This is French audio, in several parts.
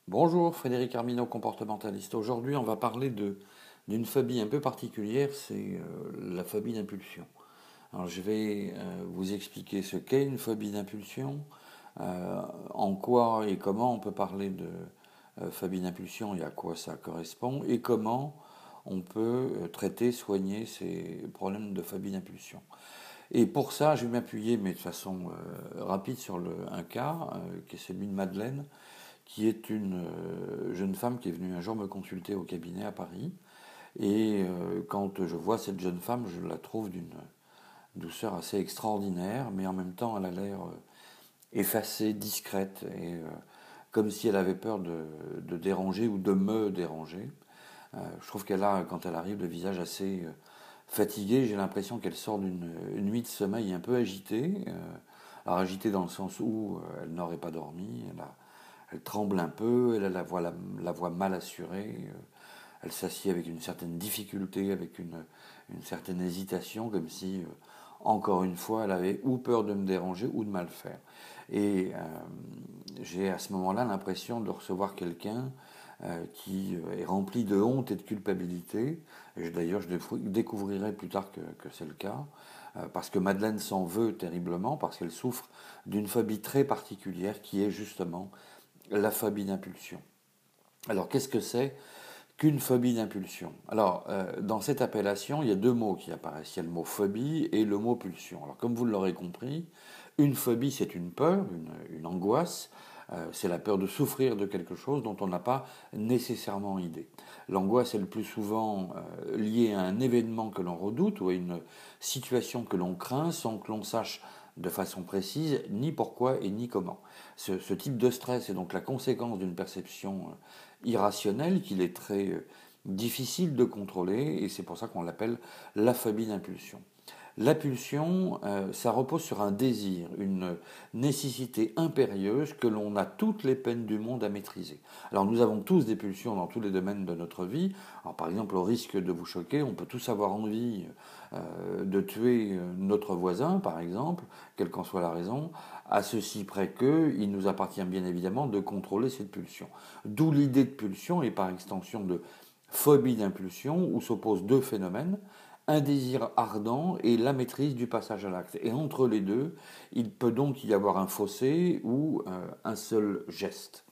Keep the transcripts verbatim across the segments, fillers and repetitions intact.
Bonjour, Frédéric Arminaud, comportementaliste. Aujourd'hui, on va parler de, d'une phobie un peu particulière, c'est euh, la phobie d'impulsion. Alors, je vais euh, vous expliquer ce qu'est une phobie d'impulsion, euh, en quoi et comment on peut parler de euh, phobie d'impulsion et à quoi ça correspond, et comment on peut euh, traiter, soigner ces problèmes de phobie d'impulsion. Et pour ça, je vais m'appuyer, mais de façon euh, rapide, sur le, un cas, euh, qui est celui de Madeleine, qui est une euh, jeune femme qui est venue un jour me consulter au cabinet à Paris. Et euh, quand je vois cette jeune femme, je la trouve d'une douceur assez extraordinaire, mais en même temps, elle a l'air euh, effacée, discrète, et euh, comme si elle avait peur de, de déranger ou de me déranger. Euh, je trouve qu'elle a, quand elle arrive, le visage assez euh, fatigué. J'ai l'impression qu'elle sort d'une nuit de sommeil un peu agitée. Euh, alors agitée dans le sens où euh, elle n'aurait pas dormi, elle a elle tremble un peu, elle a la voix, la, la voix mal assurée, euh, elle s'assied avec une certaine difficulté, avec une, une certaine hésitation, comme si, euh, encore une fois, elle avait ou peur de me déranger ou de mal faire. Et euh, j'ai à ce moment-là l'impression de recevoir quelqu'un euh, qui est rempli de honte et de culpabilité. Et d'ailleurs, je découvrirai plus tard que, que c'est le cas, euh, parce que Madeleine s'en veut terriblement, parce qu'elle souffre d'une phobie très particulière qui est justement la phobie d'impulsion. Alors, qu'est-ce que c'est qu'une phobie d'impulsion? Alors, euh, dans cette appellation, il y a deux mots qui apparaissent. Il y a le mot phobie et le mot pulsion. Alors, comme vous l'aurez compris, une phobie, c'est une peur, une, une angoisse. Euh, c'est la peur de souffrir de quelque chose dont on n'a pas nécessairement idée. L'angoisse est le plus souvent euh, liée à un événement que l'on redoute ou à une situation que l'on craint sans que l'on sache de façon précise ni pourquoi et ni comment. Ce, ce type de stress est donc la conséquence d'une perception euh, irrationnelle qu'il est très euh, difficile de contrôler et c'est pour ça qu'on l'appelle la phobie d'impulsion. La pulsion, euh, ça repose sur un désir, une nécessité impérieuse que l'on a toutes les peines du monde à maîtriser. Alors nous avons tous des pulsions dans tous les domaines de notre vie. Alors, par exemple, au risque de vous choquer, on peut tous avoir envie euh, de tuer notre voisin, par exemple, quelle qu'en soit la raison, à ceci près que il nous appartient bien évidemment de contrôler cette pulsion. D'où l'idée de pulsion et par extension de phobie d'impulsion où s'opposent deux phénomènes, un désir ardent et la maîtrise du passage à l'acte. Et entre les deux, il peut donc y avoir un fossé ou euh, un seul geste.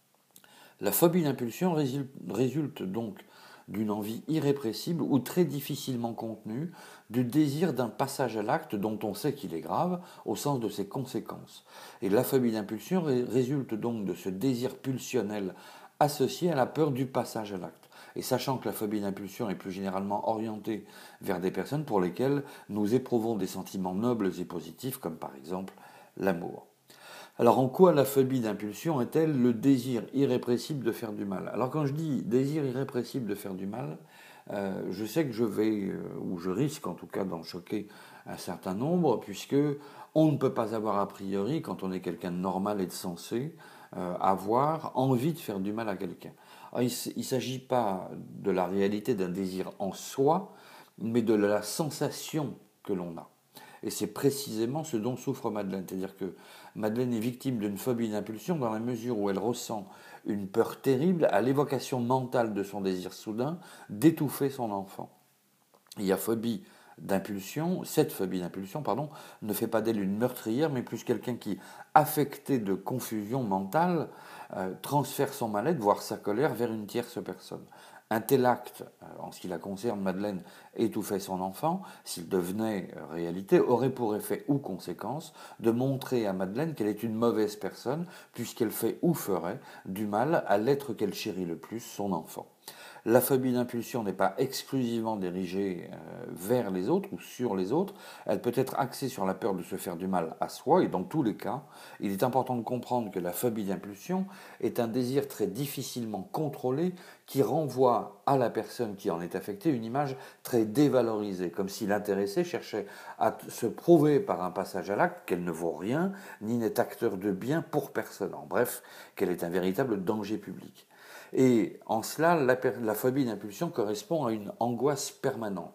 La phobie d'impulsion résulte donc d'une envie irrépressible ou très difficilement contenue, du désir d'un passage à l'acte dont on sait qu'il est grave au sens de ses conséquences. Et la phobie d'impulsion résulte donc de ce désir pulsionnel associé à la peur du passage à l'acte. Et sachant que la phobie d'impulsion est plus généralement orientée vers des personnes pour lesquelles nous éprouvons des sentiments nobles et positifs, comme par exemple l'amour. Alors en quoi la phobie d'impulsion est-elle le désir irrépressible de faire du mal? Alors quand je dis désir irrépressible de faire du mal, euh, je sais que je vais, euh, ou je risque en tout cas d'en choquer un certain nombre, puisque on ne peut pas avoir a priori, quand on est quelqu'un de normal et de sensé, euh, avoir envie de faire du mal à quelqu'un. Alors, il ne s'agit pas de la réalité d'un désir en soi, mais de la sensation que l'on a. Et c'est précisément ce dont souffre Madeleine. C'est-à-dire que Madeleine est victime d'une phobie d'impulsion dans la mesure où elle ressent une peur terrible à l'évocation mentale de son désir soudain d'étouffer son enfant. Il y a phobie d'impulsion, cette phobie d'impulsion, pardon, ne fait pas d'elle une meurtrière, mais plus quelqu'un qui, affecté de confusion mentale, euh, transfère son mal-être, voire sa colère, vers une tierce personne. Un tel acte, euh, en ce qui la concerne, Madeleine étouffer son enfant, s'il devenait euh, réalité, aurait pour effet ou conséquence de montrer à Madeleine qu'elle est une mauvaise personne, puisqu'elle fait ou ferait du mal à l'être qu'elle chérit le plus, son enfant. La phobie d'impulsion n'est pas exclusivement dirigée euh, vers les autres ou sur les autres, elle peut être axée sur la peur de se faire du mal à soi, et dans tous les cas, il est important de comprendre que la phobie d'impulsion est un désir très difficilement contrôlé qui renvoie à la personne qui en est affectée une image très dévalorisée, comme si l'intéressée cherchait à se prouver par un passage à l'acte qu'elle ne vaut rien, ni n'est acteur de bien pour personne, en bref, qu'elle est un véritable danger public. Et en cela, la, la phobie d'impulsion correspond à une angoisse permanente.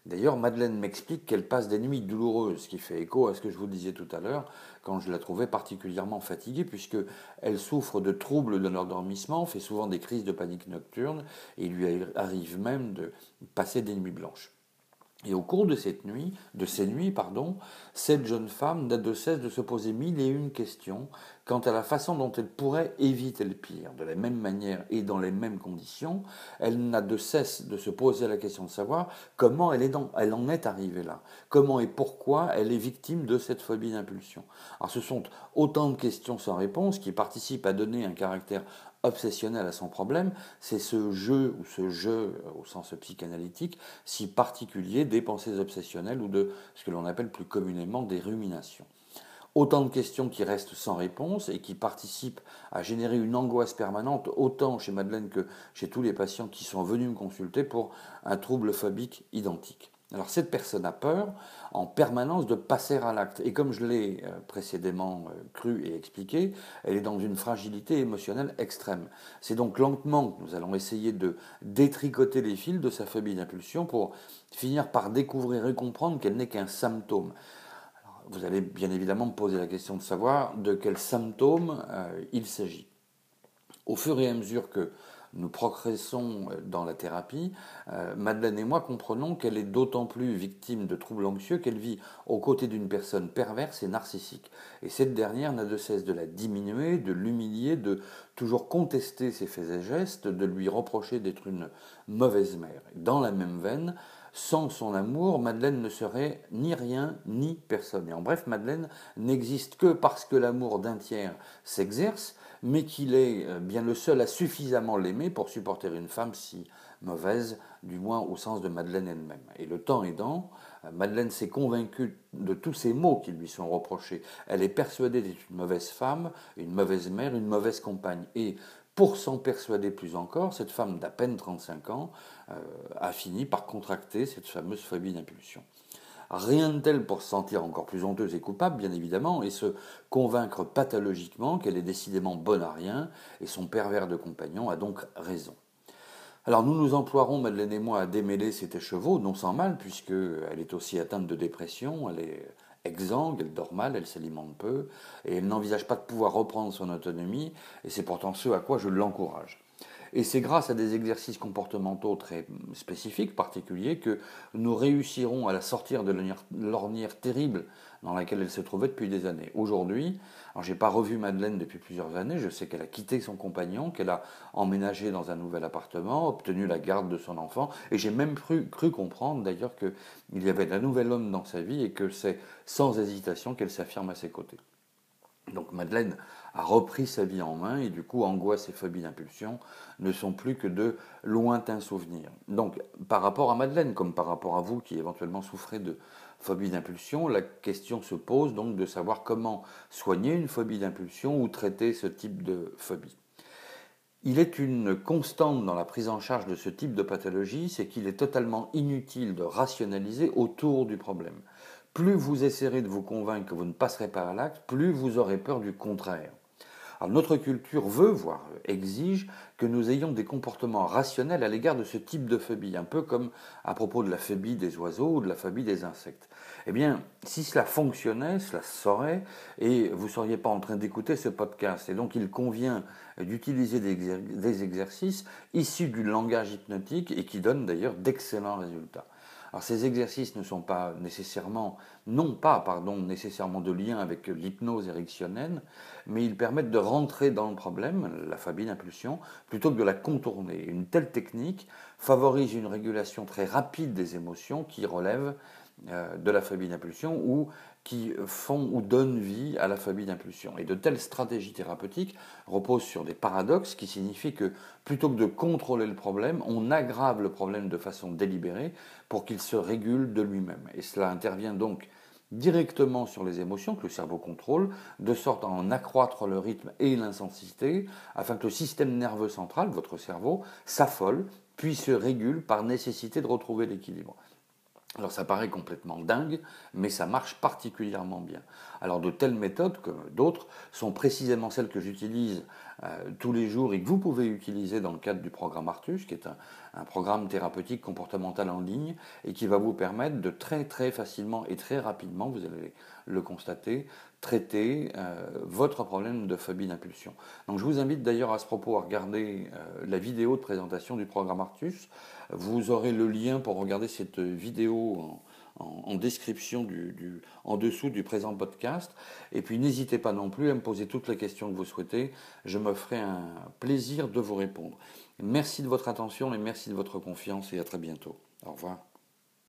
D'ailleurs, Madeleine m'explique qu'elle passe des nuits douloureuses, ce qui fait écho à ce que je vous disais tout à l'heure, quand je la trouvais particulièrement fatiguée, puisque elle souffre de troubles de l'endormissement, fait souvent des crises de panique nocturne, et il lui arrive même de passer des nuits blanches. Et au cours de cette nuit, de ces nuits, pardon, cette jeune femme n'a de cesse de se poser mille et une questions quant à la façon dont elle pourrait éviter le pire. De la même manière et dans les mêmes conditions, elle n'a de cesse de se poser la question de savoir comment elle, est dans, elle en est arrivée là, comment et pourquoi elle est victime de cette phobie d'impulsion. Alors ce sont autant de questions sans réponse qui participent à donner un caractère obsessionnel à son problème, c'est ce jeu, ou ce jeu au sens psychanalytique, si particulier des pensées obsessionnelles ou de ce que l'on appelle plus communément des ruminations. Autant de questions qui restent sans réponse et qui participent à générer une angoisse permanente, autant chez Madeleine que chez tous les patients qui sont venus me consulter pour un trouble phobique identique. Alors cette personne a peur en permanence de passer à l'acte. Et comme je l'ai précédemment cru et expliqué, elle est dans une fragilité émotionnelle extrême. C'est donc lentement que nous allons essayer de détricoter les fils de sa phobie d'impulsion pour finir par découvrir et comprendre qu'elle n'est qu'un symptôme. Alors, vous allez bien évidemment me poser la question de savoir de quel symptôme euh, il s'agit. Au fur et à mesure que nous progressons dans la thérapie, euh, Madeleine et moi comprenons qu'elle est d'autant plus victime de troubles anxieux qu'elle vit aux côtés d'une personne perverse et narcissique. Et cette dernière n'a de cesse de la diminuer, de l'humilier, de toujours contester ses faits et gestes, de lui reprocher d'être une mauvaise mère. Dans la même veine, sans son amour, Madeleine ne serait ni rien ni personne. Et en bref, Madeleine n'existe que parce que l'amour d'un tiers s'exerce, mais qu'il est bien le seul à suffisamment l'aimer pour supporter une femme si mauvaise, du moins au sens de Madeleine elle-même. Et le temps aidant, Madeleine s'est convaincue de tous ces maux qui lui sont reprochés. Elle est persuadée d'être une mauvaise femme, une mauvaise mère, une mauvaise compagne. Et pour s'en persuader plus encore, cette femme d'à peine trente-cinq ans euh, a fini par contracter cette fameuse phobie d'impulsion. Rien de tel pour se sentir encore plus honteuse et coupable, bien évidemment, et se convaincre pathologiquement qu'elle est décidément bonne à rien, et son pervers de compagnon a donc raison. Alors nous nous emploierons, Madeleine et moi, à démêler cet écheveau, non sans mal, puisqu'elle est aussi atteinte de dépression, elle est exsangue, elle dort mal, elle s'alimente peu, et elle n'envisage pas de pouvoir reprendre son autonomie, et c'est pourtant ce à quoi je l'encourage. Et c'est grâce à des exercices comportementaux très spécifiques, particuliers, que nous réussirons à la sortir de l'ornière terrible dans laquelle elle se trouvait depuis des années. Aujourd'hui, alors j'ai pas revu Madeleine depuis plusieurs années, je sais qu'elle a quitté son compagnon, qu'elle a emménagé dans un nouvel appartement, obtenu la garde de son enfant, et j'ai même cru, cru comprendre d'ailleurs qu'il y avait un nouvel homme dans sa vie et que c'est sans hésitation qu'elle s'affirme à ses côtés. Donc Madeleine a repris sa vie en main et du coup angoisse et phobie d'impulsion ne sont plus que de lointains souvenirs. Donc par rapport à Madeleine comme par rapport à vous qui éventuellement souffrez de phobie d'impulsion, la question se pose donc de savoir comment soigner une phobie d'impulsion ou traiter ce type de phobie. Il est une constante dans la prise en charge de ce type de pathologie, c'est qu'il est totalement inutile de rationaliser autour du problème. Plus vous essaierez de vous convaincre que vous ne passerez pas à l'acte, plus vous aurez peur du contraire. Alors notre culture veut, voire exige, que nous ayons des comportements rationnels à l'égard de ce type de phobie, un peu comme à propos de la phobie des oiseaux ou de la phobie des insectes. Eh bien, si cela fonctionnait, cela se saurait, et vous ne seriez pas en train d'écouter ce podcast. Et donc il convient d'utiliser des exercices issus du langage hypnotique et qui donnent d'ailleurs d'excellents résultats. Alors ces exercices ne sont pas nécessairement, non pas, pardon, nécessairement de lien avec l'hypnose ericksonienne, mais ils permettent de rentrer dans le problème, la phobie d'impulsion, plutôt que de la contourner. Une telle technique favorise une régulation très rapide des émotions qui relèvent euh, de la phobie d'impulsion ou qui font ou donnent vie à la phobie d'impulsion. Et de telles stratégies thérapeutiques reposent sur des paradoxes qui signifient que plutôt que de contrôler le problème, on aggrave le problème de façon délibérée pour qu'il se régule de lui-même. Et cela intervient donc directement sur les émotions que le cerveau contrôle, de sorte à en accroître le rythme et l'intensité, afin que le système nerveux central, votre cerveau, s'affole, puis se régule par nécessité de retrouver l'équilibre. Alors ça paraît complètement dingue, mais ça marche particulièrement bien. Alors de telles méthodes, comme d'autres, sont précisément celles que j'utilise euh, tous les jours et que vous pouvez utiliser dans le cadre du programme Artus, qui est un, un programme thérapeutique comportemental en ligne et qui va vous permettre de très très facilement et très rapidement, vous allez le constater, traiter euh, votre problème de phobie d'impulsion. Donc je vous invite d'ailleurs à ce propos à regarder euh, la vidéo de présentation du programme Artus. Vous aurez le lien pour regarder cette vidéo en, en, en description du, du, en dessous du présent podcast. Et puis n'hésitez pas non plus à me poser toutes les questions que vous souhaitez. Je me ferai un plaisir de vous répondre. Merci de votre attention et merci de votre confiance et à très bientôt. Au revoir.